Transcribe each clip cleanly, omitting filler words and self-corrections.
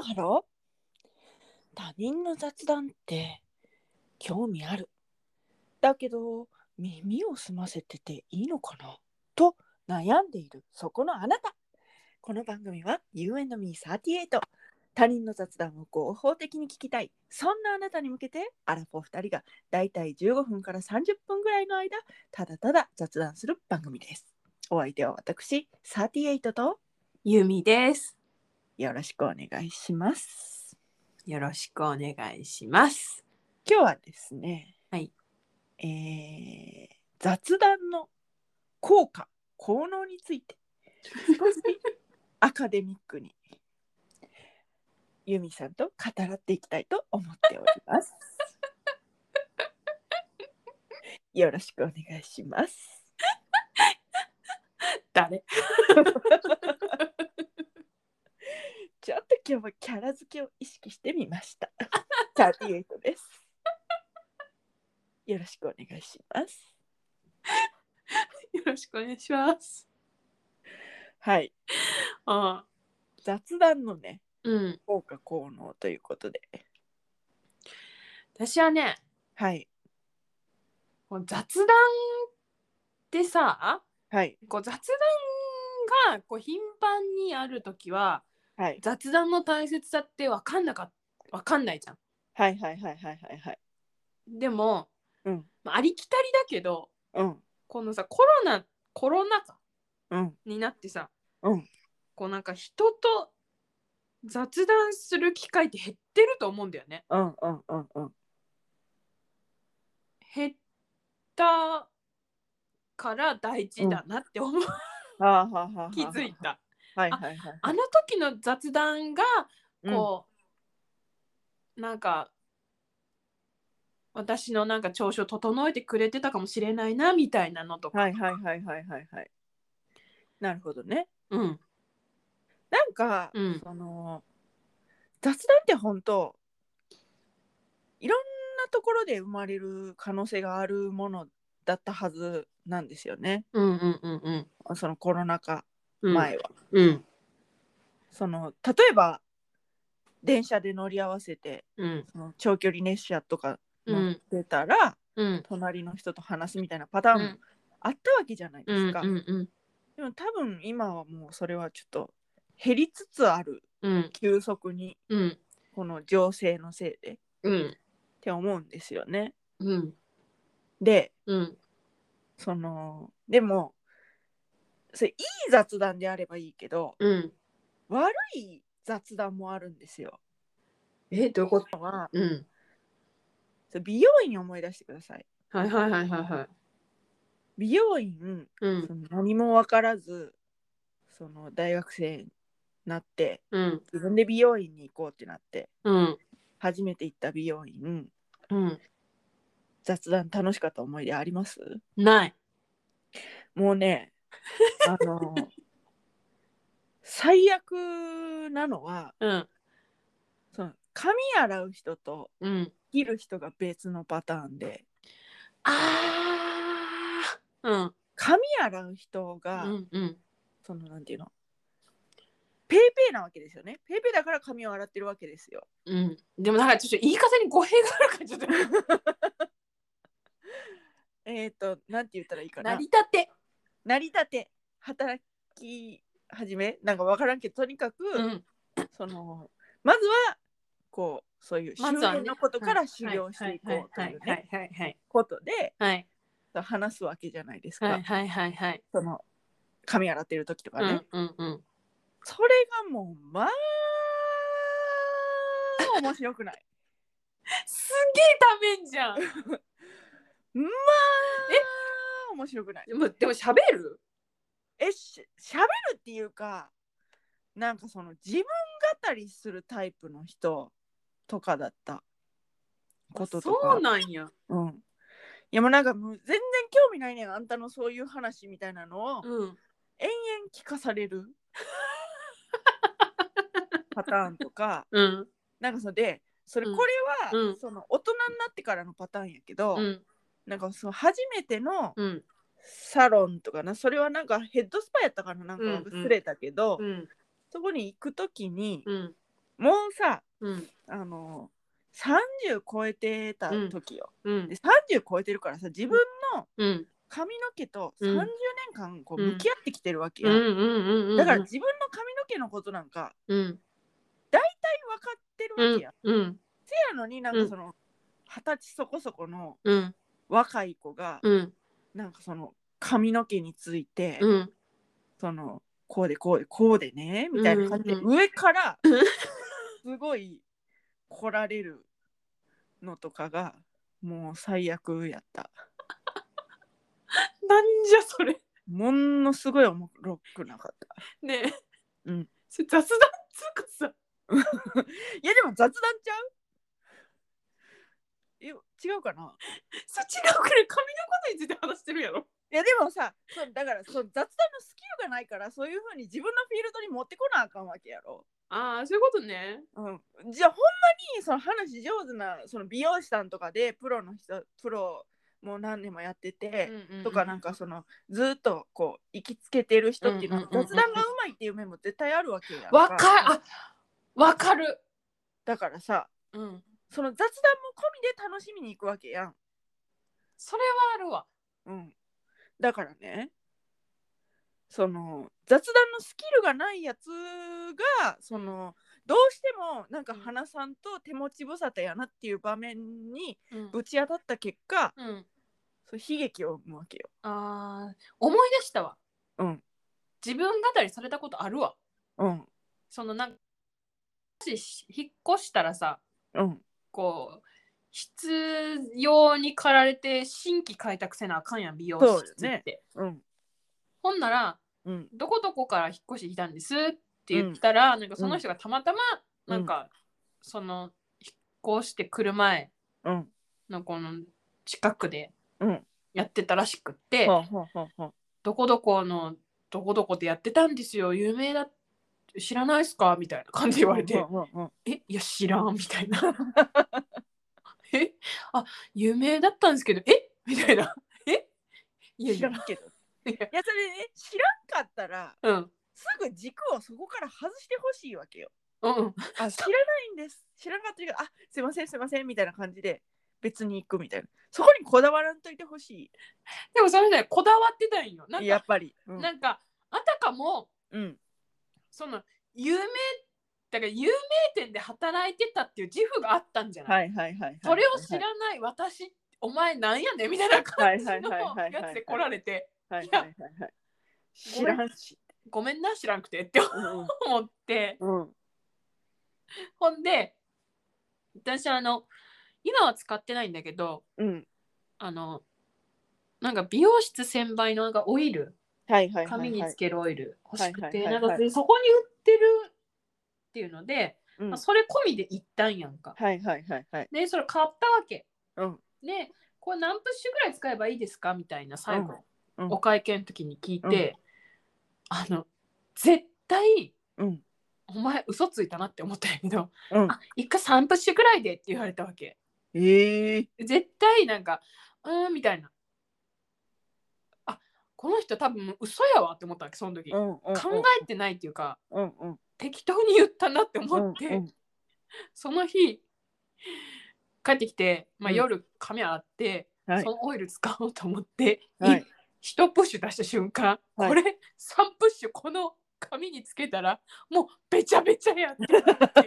ハロー。他人の雑談って興味ある。だけど耳を澄ませてていいのかなと悩んでいるそこのあなた。この番組は You and me38。他人の雑談を合法的に聞きたい。そんなあなたに向けてアラフォー2人がだいたい15分から30分ぐらいの間ただただ雑談する番組です。お相手は私38とゆみです。 よろしくお願いします。 よろしくお願いします。 今日はですね、 はい。 雑談の効果効能について少しアカデミックにユミさんと語らっていきたいと思っておりますよろしくお願いします。 誰ちょっと今日はキャラ付けを意識してみました38です。よろしくお願いします。 よろしくお願いします。 はい。 ああ、 雑談のね、 うん。 効果効能ということで。 私はね、 はい。 こう雑談ってさ、 はい。 こう雑談がこう頻繁にあるときは、 はい。 雑談の大切さってわかんないじゃん。 はいはいはいはいはいはい。 でも、 うんありきたりだけど、 うんこのさ、コロナ禍うんになってさ、 うんこうなんか人と雑談する機会って減ってると思うんだよね。 うんうんうんうん。 減ったから大事だなって思う、 はあはあはあ。 気づいた。 はいはいはいはい。 あの時の雑談がこう、なんか私のなんか調子を整えてくれてたかもしれないなみたいなのとか。 はいはいはいはいはいはい。なるほどね。 うんなんか、 うんその雑談って本当いろんなところで生まれる可能性があるものだったはずなんですよね。 うんうんうんそのコロナ禍うん前は。 うんその例えば電車で乗り合わせて、 うんその長距離列車とか乗っうんてたら、 うん隣の人と話すみたいなパターンもあったわけじゃないですか。 うんでも多分今はもうそれはちょっと減りつつある、 うん急速にうんこの情勢のせいでっうんて思うんですよね。 うんで、 うんでもそれいい雑談であればいいけど、 うん悪い雑談もあるんですよ。 どういうこと？うんそれ美容院を思い出してください。 はいはいはいはいはい。 美容院、 うんその何も分からずその大学生になってうん自分で美容院に行こうってなってうん初めて行った美容院、 うん雑談楽しかった思い出あります？ ない。 もうね、あの最悪なのはうんその髪洗う人とうん切る人が別のパターンで、 うん髪洗う人うがんうんそのなんていうの、ペイペイなわけですよね。ペイペイだから髪を洗ってるわけですよ。 うん。でもなんかちょっと言い方に語弊があるからちょっとなんて言ったらいいか成な。 り立て。 成り立て働き始めなんか分からんけど、とにかく、 うんそのまずはこうそういう修練のことから修行していこうというねことではい話すわけじゃないですか。 はいはいはいはいその髪洗ってる時とかね、 うんうんそれがもうまあ面白くない。 すげえためんじゃん。 まあ面白くない。 でも喋る？ 喋るっていうか、なんかその自分語りするタイプの人とかだったこととか。 そうなんや。 うん。いやもうなんかもう全然興味ないねん、あんたのそういう話みたいなのをうん延々聞かされるパターンとか、 うんなんかそれこれは、その大人になってからのパターンやけど、なんかその初めてのサロンとかな、それはなんかヘッドスパやったかな、なんか忘れたけど、そこに行くときに、 もうさ、 うん 30超えてた時よ、 うんで30超えてるからさ、自分のうん髪の毛とうん 30年間こう向き合ってきてるわけや、 うんうんだから自分の髪の毛のことなんかうん大体分かってるわけや、 うんせやのになんかその20歳そこそこのうん若い子がうんなんかその髪の毛について、 うんそのこうでこうでこうでねみたいな感じでうん上からすごい来られるのとかがもう最悪やった。 なんじゃそれものすごいおもろくなかった。 ねえ、 うん。 それ雑談つうかさいやでも雑談ちゃう？違うかな？ そっちがこれ髪のことについて話してるやろ。 いやでもさ、だから雑談のスキルがないからそういう風に自分のフィールドに持ってこなあかんわけやろ。 ああ、そういうことね。 うん、じゃあほんまにその話上手なその美容師さんとかでプロもう何年もやってて、とかなんかそのずっとこう行きつけてる人っていうのは雑談がうまいっていう面も絶対あるわけやんか。 わかる。 だからさ、 うん、 その雑談も込みで楽しみに行くわけやん。 それはあるわ。 うん。だからね、その雑談のスキルがないやつがそのどうしてもなんか花さんと手持ち無沙汰やなっていう場面にぶち当たった結果、そう悲劇を生むわけよ。 ああ、思い出したわ。 うん。 自分語りされたことあるわ。 うん。 そのなんか引っ越したらさ、 うん。 こう必要に駆られて新規開拓せなあかんやん、美容室って。ね、 うん。 ほんなら、どこどこから引っ越してきたんですって言ったら、なんかその人がたまたまなんか、その引っ越してくる前のこの近くでやってたらしくって、どこどこのどこどこでやってたんですよ、有名だ知らないっすかみたいな感じで言われて、いや知らんみたいな有名だったんですけどみたいな、いや知らんけど、いやそれね、知らんかったら、すぐ軸をそこから外してほしいわけよ。知らないんです、知らんかったけど、すいませんすいませんみたいな感じで別に行くみたいな、そこにこだわらんといてほしい。 でもそれね、こだわってたんよ。なんかやっぱり、 なんかあたかも、その有名店で働いてたっていう自負があったんじゃない？それを知らない私、お前なんやねんみたいな感じのやつで来られて、 知らんし、 ごめんな知らんくてって思って、ほんで私今は使ってないんだけど、なんか美容室専売のなんかオイル、髪につけるオイル欲しくて、なんかそこに売ってるっていうので、それ込みで行ったんやんか。でそれ買ったわけ。でこれ何プッシュぐらい使えばいいですかみたいな最後、お会計の時に聞いて、絶対、お前嘘ついたなって思ったんやけど、一回3プッシュぐらいでって言われたわけ。絶対なんかみたいな、この人多分嘘やわって思ったわけ、その時。考えてないっていうか、適当に言ったなって思って、その日帰ってきて、夜髪洗って、そのオイル使おうと思って、1プッシュ出した瞬間、これ3プッシュこの髪につけたらもうべちゃべちゃやって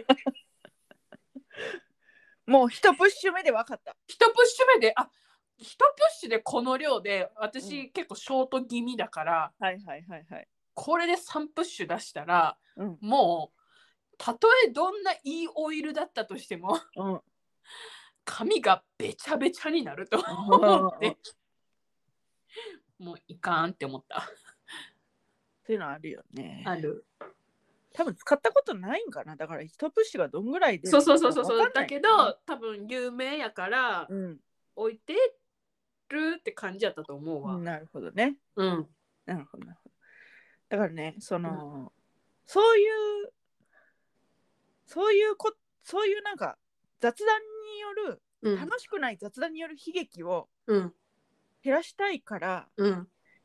もう1プッシュ目で分かった。 1プッシュ目で1プッシュでこの量で、私結構ショート気味だから、これで3プッシュ出したら、もうたとえどんないいオイルだったとしても、髪がべちゃべちゃになると思って、もういかんって思った。 そういうのあるよね。 ある。 多分使ったことないんかな。だから1プッシュがどんぐらいで、 そうだけど多分有名やから、置いてるって感じやったと思うわ。 なるほどね。なるほど。だからね、そういうなんか雑談による、楽しくない雑談による悲劇を減らしたいから、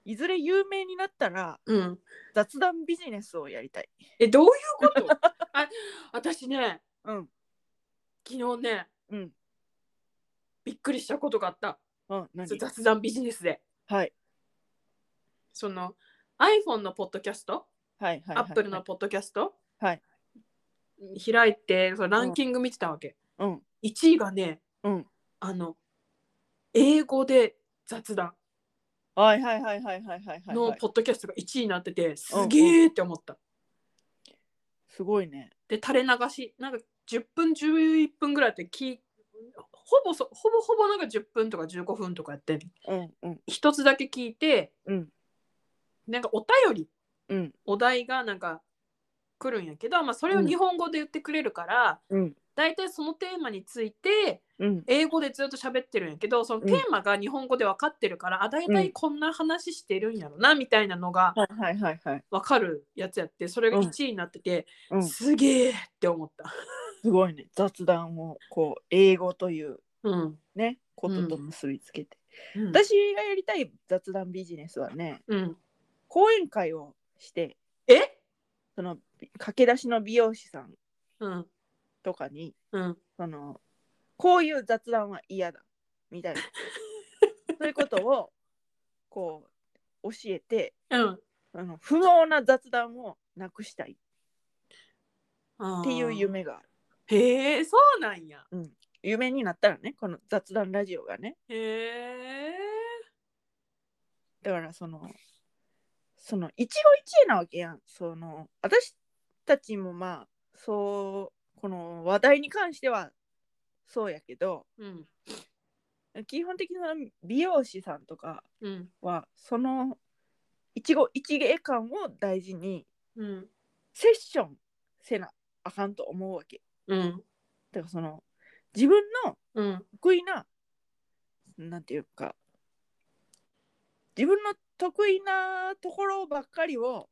いずれ有名になったら、 うん、 雑談ビジネスをやりたい。 どういうこと私ね、 うん、 昨日ね、 うん、 びっくりしたことがあった。 何？ 雑談ビジネスで。 はい。 その iPhone のポッドキャスト、 はいはいはい、 Apple のポッドキャスト、 はい、 開いてそのランキング見てたわけ。 うん、 1位がね、 うん、 英語で雑談はいはいはいはいはいはいはい、 のポッドキャストが1位になってて、すげーって思った。 すごいね。 で垂れ流しなんか10分11分ぐらいってほぼなんか10分とか15分とかやって一つだけ聞いて、なんかお便り、お題がなんか来るんやけど、まあ、それを日本語で言ってくれるから、だいたいそのテーマについて英語でずっと喋ってるんやけど、そのテーマが日本語で分かってるから、だいたいこんな話してるんやろなみたいなのが分かるやつやって、それが1位になってて、すげーって思った。 すごいね。雑談をこう英語という、ね、ことと結びつけて、私がやりたい雑談ビジネスはね、講演会をしてその駆け出しの美容師さんとかに、こういう雑談は嫌だみたいなそういうことをこう教えて、不毛な雑談をなくしたいっていう夢がある。 へえ、そうなんや。 夢になったらね、この雑談ラジオがね。 へえ。 だからその一期一会なわけやん。私たちもまあこの話題に関してはそうやけど、基本的な美容師さんとかは、その一期一会感を大事に、セッションせなあかんと思うわけ。だから自分の得意な、なんていうか、自分の得意なところばっかりを、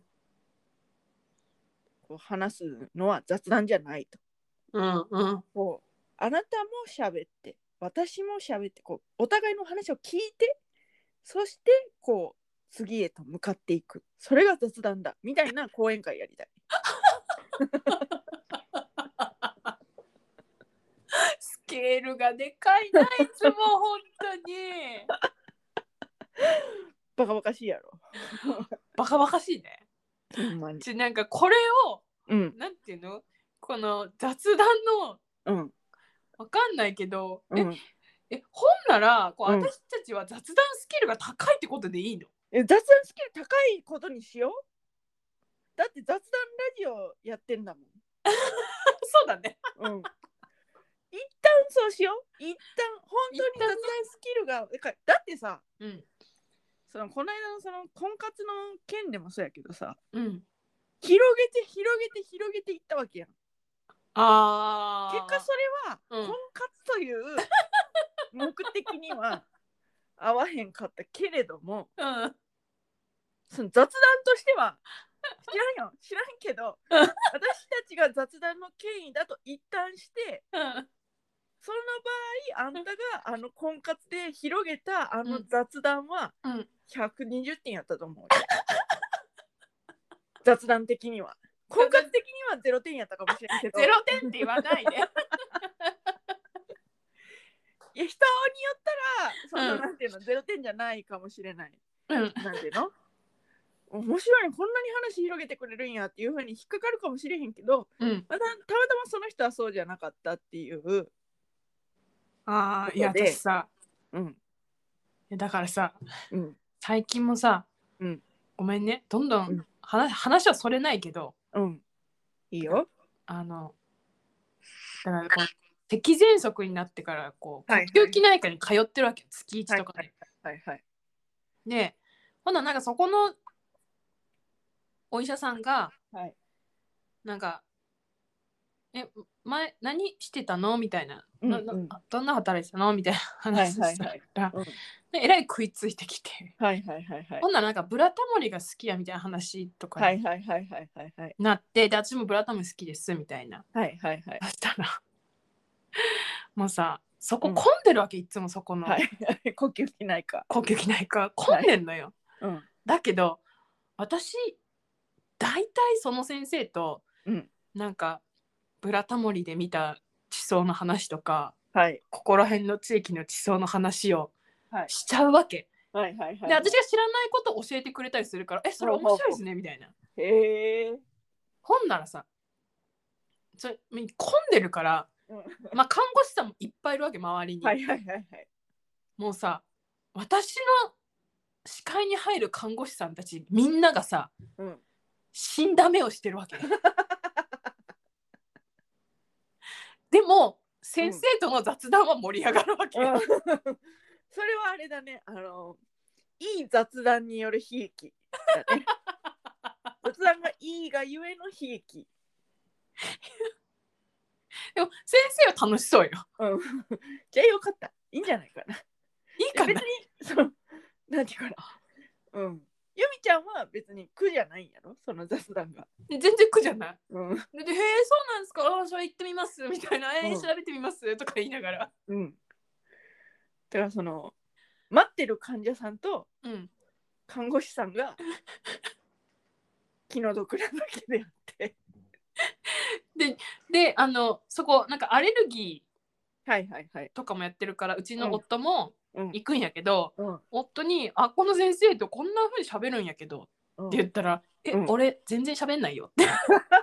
こう話すのは雑談じゃないと。こうあなたも喋って、私も喋って、こうお互いの話を聞いて、そしてこう次へと向かっていく。それが雑談だみたいな講演会やりたい。 スケールがでかいな、いつも本当に。 バカバカしいやろ。 バカバカしいね。なんかこれを、なんていうの、この雑談の、わかんないけど、ほんならこう、私たちは雑談スキルが高いってことでいいの？ 雑談スキル高いことにしよう。だって雑談ラジオやってんだもん。 そうだね。 一旦そうしよう。一旦本当に雑談スキルが、だってさ、この間のその婚活の件でもそうやけどさ、広げていったわけやん。結果それは婚活という目的には合わへんかったけれども、その雑談としては知らんけど私たちが雑談の権威だと一旦して、その場合あんたが婚活で広げた雑談は120点やったと思う。雑談的には。婚活的には0点やったかもしれんけど。 0点って言わないで。 いや、人によったらなんていうの、0点じゃないかもしれない。なんていうの、面白いね、こんなに話広げてくれるんやっていう風に引っかかるかもしれへんけど、たまたまその人はそうじゃなかったっていう。 いや私さ、だからさ、最近もさ、ごめんね、どんどん話はそれないけど、 いいよ。 だからこう脊喘息になってからこう呼吸器内科に通ってるわけよ、月1とかで。で、ほんならなんかそこのお医者さんが、なんか前何してたのみたいな、どんな働いてたのみたいな話したら、えらい食いついてきて、ほんならなんかブラタモリが好きやみたいな話とかになって、で私もブラタモリ好きですみたいな。そしたらもうさ、そこ混んでるわけ、いつもそこの呼吸器内科混んでんのよ。 うん、 だけど私大体その先生と、 うん、 なんかブラタモリで見た地層の話とか、 はい、 ここら辺の地域の地層の話をはい、 しちゃうわけ。 はいはいはい、 で私が知らないことを教えてくれたりするから、それ面白いですねみたいな。 へえ。 ほんならさ、それ混んでるから、 うん、 まあ看護師さんもいっぱいいるわけ周りに。 はいはいはいはい。 もうさ、私の視界に入る看護師さんたちみんながさ、 うん、 死んだ目をしてるわけ。でも先生との雑談は盛り上がるわけ。 うん、それはあれだね、いい雑談による悲劇だね。雑談がいいがゆえの悲劇。 でも先生は楽しそうよ。 うん、じゃあよかった。いいんじゃないかな。 いいかな。 別になんていうかな。うん。ゆみちゃんは別に苦じゃないんやろ、その雑談が。 全然苦じゃない。 うん。 で、そうなんですか、それ行ってみますみたいな、 うん、 調べてみますとか言いながら。 うん。だから待ってる患者さんと看護師さんが気の毒なだけであって。 で、そこなんかアレルギーとかもやってるから、うちの夫も行くんやけど、 夫にこの先生とこんな風に喋るんやけどって言ったら、俺全然喋んないよって。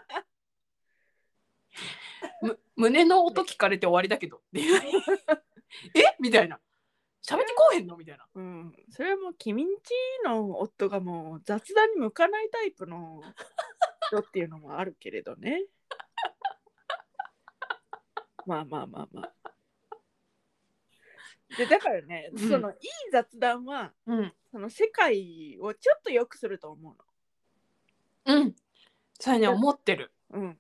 胸の音聞かれて終わりだけどってみたいな。喋ってこうへんのみたいな。 それはもう君んちの夫がもう雑談に向かないタイプの人っていうのもあるけれどね。まあ。でだからね、いい雑談は、その世界をちょっと良くすると思うの。それね、思ってる。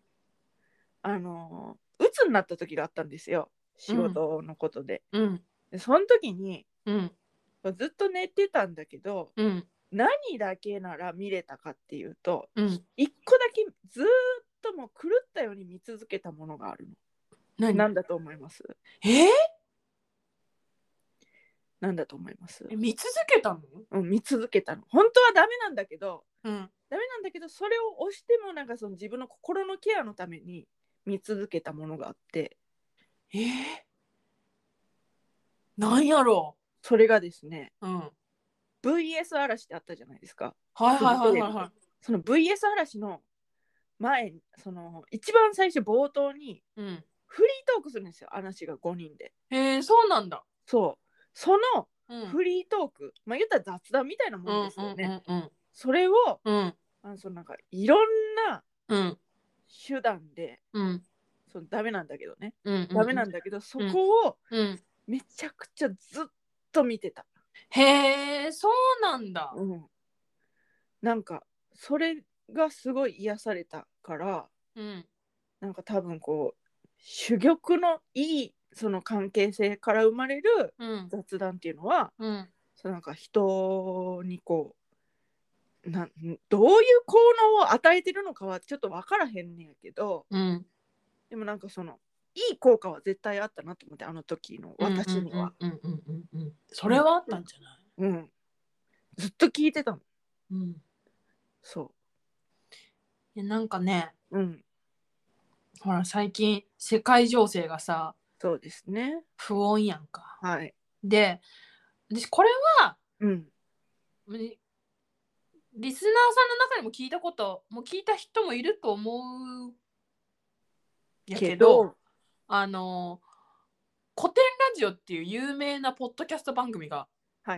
鬱になった時があったんですよ、仕事のことで。でその時に、ずっと寝てたんだけど、何だけなら見れたかっていうと、一個だけずっともう狂ったように見続けたものがあるの。何だと思います？何だと思います？ 見続けたの？ 見続けたの。本当はダメなんだけど、それを押してもなんか自分の心のケアのために見続けたものがあって。 なんやろう？それがですね、VS 嵐ってあったじゃないですか。その VS 嵐の前、一番最初冒頭にフリートークするんですよ、話が5人で。 そうなんだ。 そのフリートーク、言ったら雑談みたいなもんですよね。それを、なんかいろんな手段で、ダメなんだけどね、ダメなんだけど、そこをめちゃくちゃずっと見てた。 そうなんだ。 なんかそれがすごい癒されたから、なんか多分珠玉のいいその関係性から生まれる雑談っていうのは、なんか人にどういう効能を与えてるのかはちょっと分からへんねんけど、でもなんかいい効果は絶対あったなと思って、あの時の私には。 それはあったんじゃない？ ずっと聞いてたの。そうなんかね、ほら最近世界情勢がさ、 そうですね、 不穏やんか。 はい。 で、私これは、リスナーさんの中にも聞いた人もいると思うやけど、古典ラジオっていう有名なポッドキャスト番組があって、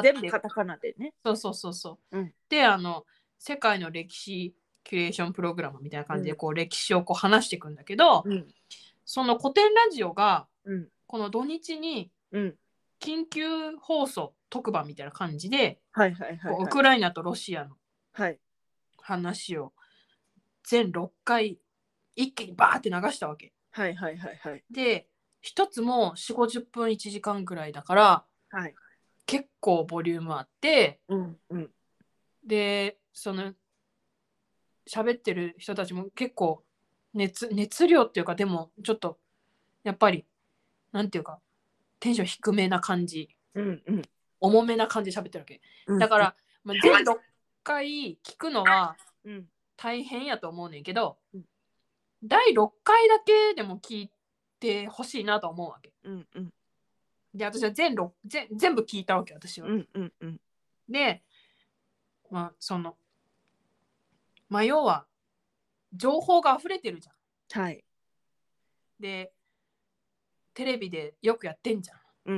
全部カタカナでね。 そう。で、世界の歴史キュレーションプログラムみたいな感じで歴史を話していくんだけど、その古典ラジオがこの土日に緊急放送特番みたいな感じで、ウクライナとロシアの話を全6回一気にバーって流したわけ。で、一つも4、50分1時間ぐらいだから、結構ボリュームあって、で、喋ってる人たちも結構熱量っていうか、でもちょっとやっぱりなんていうかテンション低めな感じ、重めな感じで喋ってるわけ。だからまあ、全6回聞くのはうん大変やと思うねんけど、 うん第6回だけでも聞いてほしいなと思うわけ。 うんうんで、私は全部聞いたわけ、私は。 うんうんうんで、まあ、要は、情報が溢れてるじゃん。 はい。 で、テレビでよくやってんじゃん。 うん。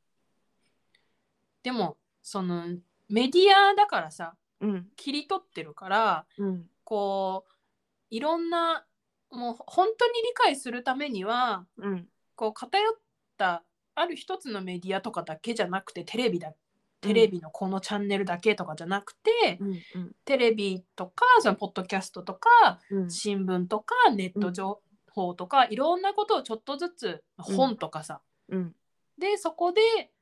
でも、メディアだからさ、 うん。 切り取ってるから、 うん。 こう、いろんな、もう本当に理解するためには、 うん。 こう偏ったある一つのメディアとかだけじゃなくてテレビのこのチャンネルだけとかじゃなくて、 うんうん、 テレビとかそのポッドキャストとか、 うん、 新聞とかネット情報とか、いろんなことをちょっとずつ、本とかさ、 うん、 でそこで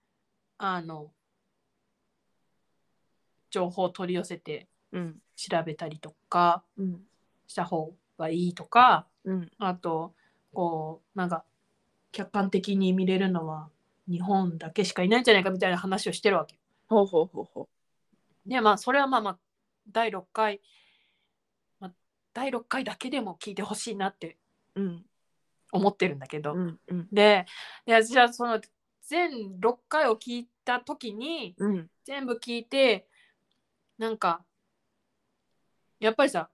情報を取り寄せて調べたりとかした方がいいとか、 うん、 あとなんか客観的に見れるのは日本だけしかいないんじゃないかみたいな話をしてるわけ。 ほうほうほうほう。で、まあそれはまあ第6回、第6回だけでも聞いてほしいなって思ってるんだけど、 うんうん、 でじゃあその全6回を聞いた時に、全部聞いてなんかやっぱりさ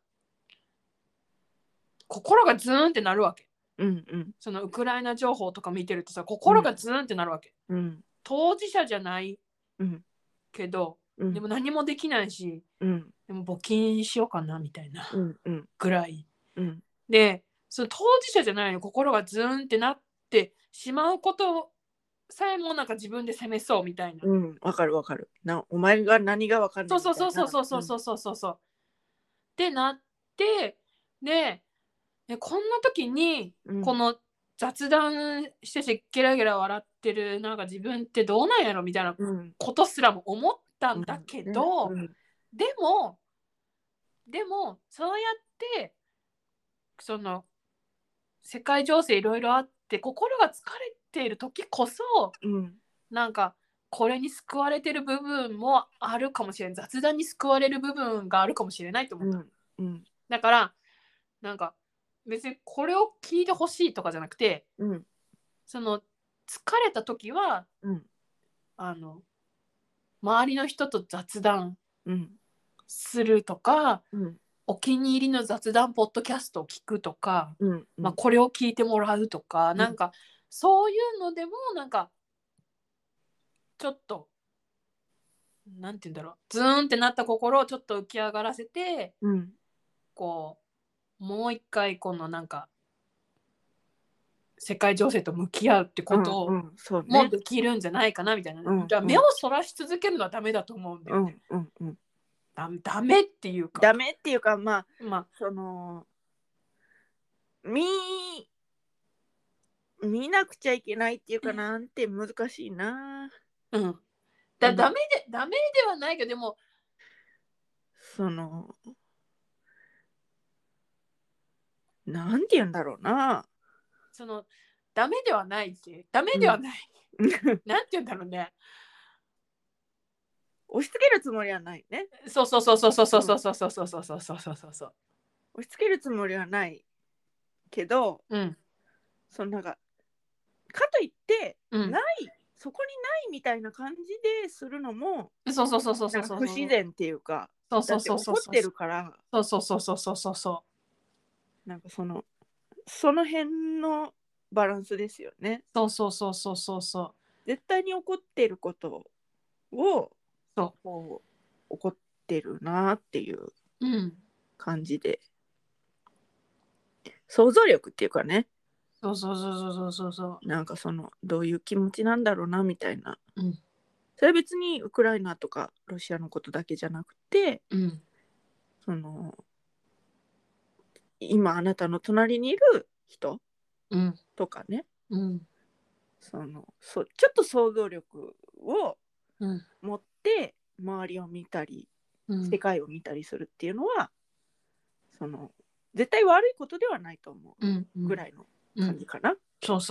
心がズーンってなるわけ。 うんうん、 そのウクライナ情報とか見てるとさ心がズーンってなるわけ。当事者じゃないけど、でも何もできないし、でも募金しようかなみたいなぐらい、でその当事者じゃないの心がズーンってなってしまうことさえもなんか自分で責めそうみたいな。 わかるわかる。お前が何がわかんないみたいな。 そう。ってなってでこんな時にこの雑談してしゲラゲラ笑ってるなんか自分ってどうなんやろみたいなことすらも思ったんだけど、でもそうやって世界情勢いろいろあって心が疲れている時こそ、なんかこれに救われてる部分もあるかもしれない、雑談に救われる部分があるかもしれないと思った、だからなんか別にこれを聞いてほしいとかじゃなくて、その疲れた時は、周りの人と雑談するとか、お気に入りの雑談ポッドキャストを聞くとか、これを聞いてもらうとか、なんかそういうのでもなんかちょっとなんて言うんだろう、ズーンってなった心をちょっと浮き上がらせて、もう一回このなんか世界情勢と向き合うってこともできるんじゃないかなみたいな、目をそらし続けるのはダメだと思うんだよね。ダメっていうかまあ見なくちゃいけないっていうかなんて難しいな。 ダメではないけど、でもなんて言うんだろうな。 ダメではないってダメではない、なんて言うんだろうね。 押し付けるつもりはないね。 そう。押し付けるつもりはないけど、なんかといって、ないそこにないみたいな感じでするのも不自然っていうか、だって怒ってるから、なんかその辺のバランスですよね。絶対に怒ってることをこう怒ってるなっていう感じで、想像力っていうかね、なんかどういう気持ちなんだろうなみたいな、それは別にウクライナとかロシアのことだけじゃなくて、今あなたの隣にいる人とかね、ちょっと想像力を持って周りを見たり、世界を見たりするっていうのは絶対悪いことではないと思うぐらいの感じかな。 で、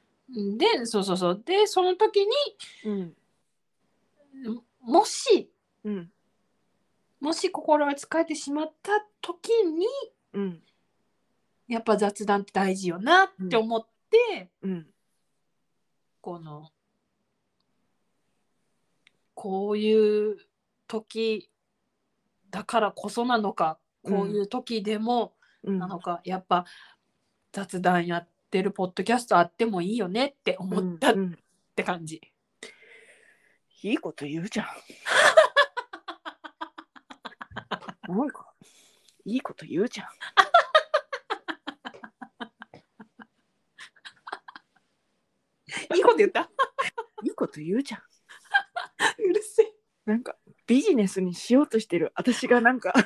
でその時に、もしうん、 もし心が疲れてしまった時に、 うん、 やっぱ雑談って大事よなって思って、 うん、 こういう時だからこそなのか、こういう時でもなのか、やっぱ雑談やってるポッドキャストあってもいいよねって思ったって感じ。 いいこと言うじゃん。なんかいいこと言うじゃん。 いいこと言った。 いいこと言うじゃん。 うるせえ。 なんかビジネスにしようとしてる私がなんか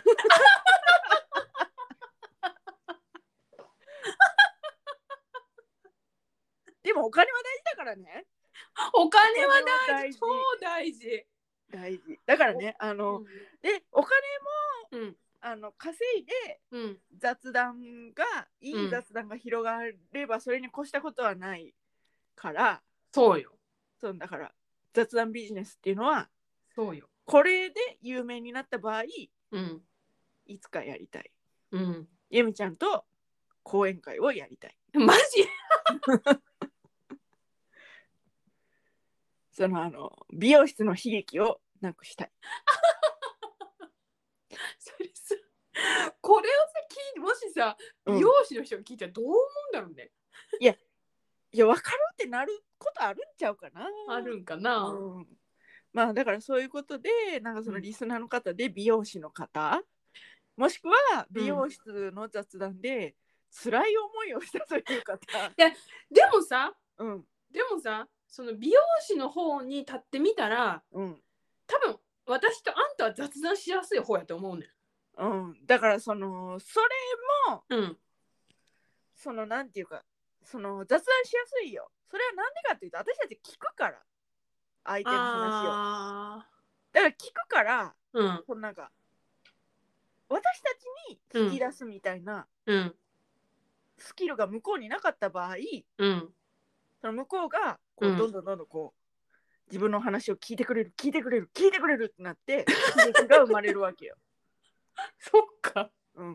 でもお金は大事だからね。 お金は大事、超大事。 大事だからね。でお金も、稼いで、雑談がいい雑談が広がればそれに越したことはないから。 そうよ。 そうだから雑談ビジネスっていうのは、 そうよ。これで有名になった場合、いつかやりたい。ゆみちゃんと講演会をやりたい。 マジその美容室の悲劇をなくしたい。 それさ、これをさ聞いて、もしさ美容師の人が聞いたらどう思うんだろうね。 いや分かるってなることあるんちゃうかな。 あるんかな。 まあだからそういうことで、なんかそのリスナーの方で美容師の方、もしくは美容室の雑談で辛い思いをしたという方。いやでもさ、その美容師の方に立ってみたら、多分私とあんたは雑談しやすい方やと思うねん。 だからそれも、そのなんていうか、その雑談しやすいよ。それはなんでかっていうと、私たち聞くから、相手の話を。だから聞くから、そのなんか私たちに引き出すみたいな、スキルが向こうになかった場合、その向こうがこうどんどんこう自分の話を聞いてくれるってなって悲劇が生まれるわけよ。 そっか。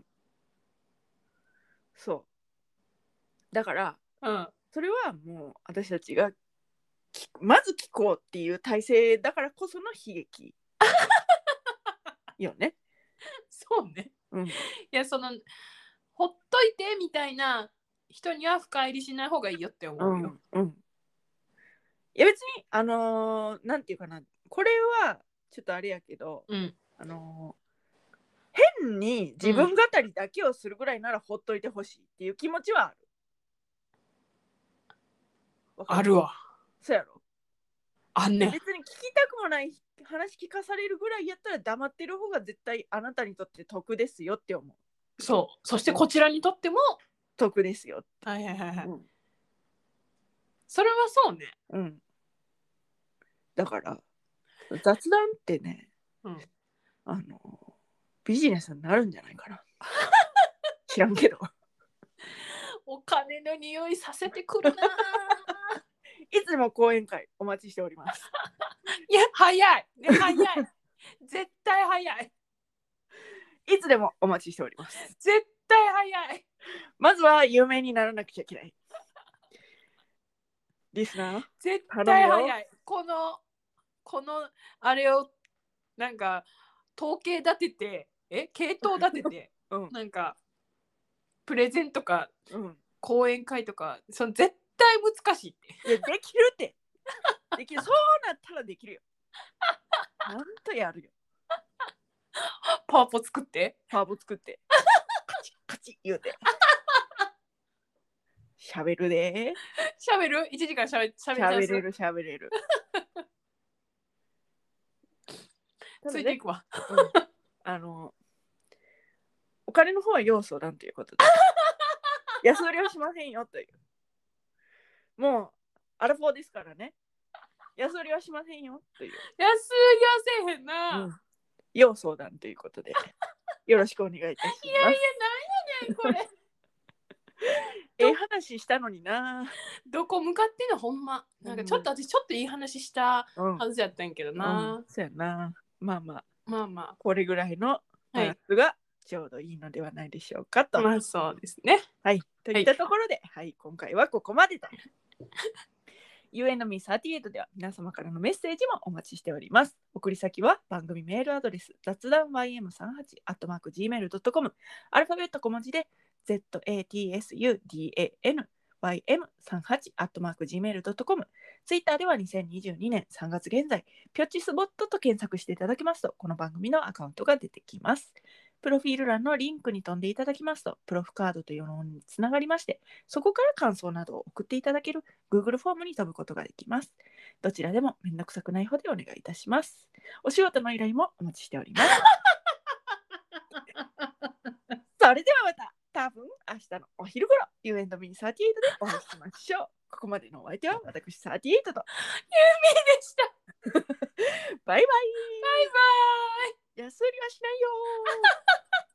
そうだから、それはもう私たちがまず聞こうっていう体制だからこその悲劇よね。 そうね。いや、そのほっといてみたいな人には深入りしない方がいいよって思うよ。 いや別になんていうかな、これはちょっとあれやけど、変に自分語りだけをするぐらいならほっといてほしいっていう気持ちはある。 あるわ。 そうやろ。 あんね。 別に聞きたくもない話聞かされるぐらいやったら黙ってる方が絶対あなたにとって得ですよって思う。 そう。そしてこちらにとっても得ですよ。 はいはいはいはい。それはそうね。 だから雑談ってね、ビジネスになるんじゃないかな。知らんけど。 お金の匂いさせてくるな。 いつでも講演会お待ちしております。 いや早い、ね、早い。絶対早い。 いつでもお待ちしております。 絶対早い。 まずは有名にならなくちゃいけない。リスナー絶対早い。このあれをなんか統計立てて系統立てて、なんかプレゼンとか、講演会とかその絶対難しいって。 いやできるってできる。そうなったらできるよ。なんとやるよ。 パワポ作ってカチカチ言うて喋るで。 喋る1時間喋れるついていくわ。 お金の方は要素なんということで安売りはしませんよという。もうアラフォーですからね。安売りはしませんよという。 安売りはせえへんな。 要相談ということでよろしくお願いいたします。 いやいや、なんやねんこれ。 話したのにな。 どこ向かってんのほんま。なんか私ちょっといい話したはずやったんやけどな。 そうやな。まあまあまあまあこれぐらいのバランスがちょうどいいのではないでしょうかと。 まあそうですね。 はい。といったところで、はい、今回はここまでと。You and me38 では皆様からのメッセージもお待ちしております。送り先は番組メールアドレス雑談 ym38@gmail.com アルファベット小文字で zatsudanym38@gmail.com ツイッターでは2022年3月現在ピョチスボットと検索していただきますとこの番組のアカウントが出てきます。プロフィール欄のリンクに飛んでいただきますとプロフカードというものにつながりましてそこから感想などを送っていただける Google フォームに飛ぶことができます。どちらでもめんどくさくない方でお願いいたします。お仕事の依頼もお待ちしております。それではまた多分明日のお昼ごろ You and me38 でお会いしましょう。ここまでのお相手は私38とユーミーでした。 バイバイ。 バイバイ。 安売りはしないよ